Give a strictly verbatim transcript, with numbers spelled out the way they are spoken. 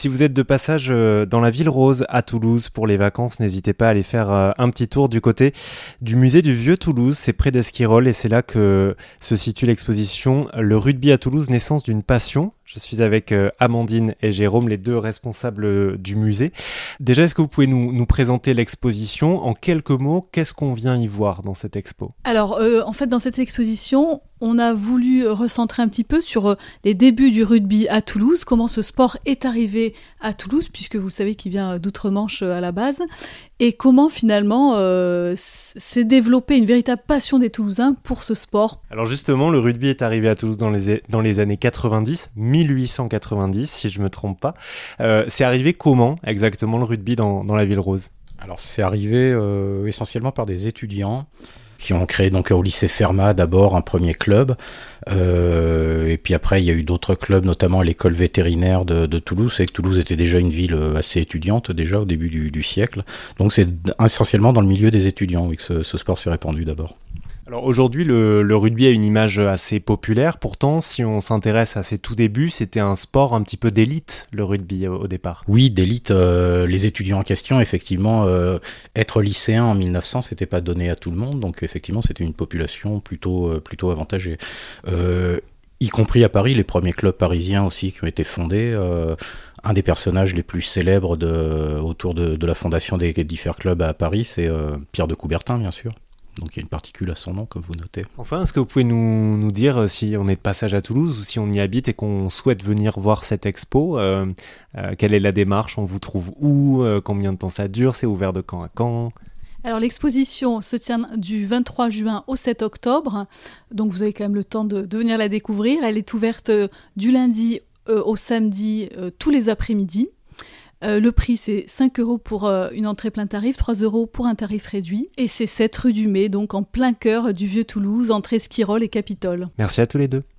Si vous êtes de passage euh, dans la Ville Rose à Toulouse pour les vacances, n'hésitez pas à aller faire euh, un petit tour du côté du musée du Vieux Toulouse. C'est près d'Esquirol et c'est là que se situe l'exposition Le rugby à Toulouse, naissance d'une passion. Je suis avec euh, Amandine et Jérôme, les deux responsables euh, du musée. Déjà, est-ce que vous pouvez nous, nous présenter l'exposition en quelques mots? Qu'est-ce qu'on vient y voir dans cette expo? Alors, euh, en fait, dans cette exposition, on a voulu recentrer un petit peu sur euh, les débuts du rugby à Toulouse, comment ce sport est arrivé à Toulouse, puisque vous savez qu'il vient d'outre-Manche euh, à la base, et comment finalement euh, s'est développée une véritable passion des Toulousains pour ce sport. Alors justement, le rugby est arrivé à Toulouse dans les, dans les années quatre-vingt-dix, mille huit cent quatre-vingt-dix si je ne me trompe pas. Euh, c'est arrivé comment exactement le rugby dans, dans la Ville Rose? Alors c'est arrivé euh, essentiellement par des étudiants qui ont créé donc au lycée Fermat d'abord un premier club, euh, et puis après il y a eu d'autres clubs, notamment l'école vétérinaire de, de Toulouse. C'est que Toulouse était déjà une ville assez étudiante déjà au début du, du siècle, donc c'est essentiellement dans le milieu des étudiants oui, que ce, ce sport s'est répandu d'abord. Alors aujourd'hui, le, le rugby a une image assez populaire. Pourtant, si on s'intéresse à ses tout débuts, c'était un sport un petit peu d'élite, le rugby au, au départ. Oui, d'élite. Euh, les étudiants en question, effectivement, euh, être lycéen en mille neuf cents, c'était pas donné à tout le monde. Donc effectivement, c'était une population plutôt, euh, plutôt avantagée. Euh, y compris à Paris, les premiers clubs parisiens aussi qui ont été fondés. Euh, un des personnages les plus célèbres de, autour de, de la fondation des différents clubs à Paris, c'est euh, Pierre de Coubertin, bien sûr. Donc il y a une particule à son nom, comme vous notez. Enfin, est-ce que vous pouvez nous, nous dire si on est de passage à Toulouse ou si on y habite et qu'on souhaite venir voir cette expo, euh, euh, quelle est la démarche? On vous trouve où? euh, Combien de temps ça dure? C'est ouvert de quand à quand? Alors l'exposition se tient du vingt-trois juin au sept octobre, donc vous avez quand même le temps de, de venir la découvrir. Elle est ouverte euh, du lundi euh, au samedi, euh, tous les après-midi. Euh, le prix, c'est cinq euros pour euh, une entrée plein tarif, trois euros pour un tarif réduit. Et c'est sept rue du Mai, donc en plein cœur du Vieux Toulouse, entre Esquirol et Capitole. Merci à tous les deux.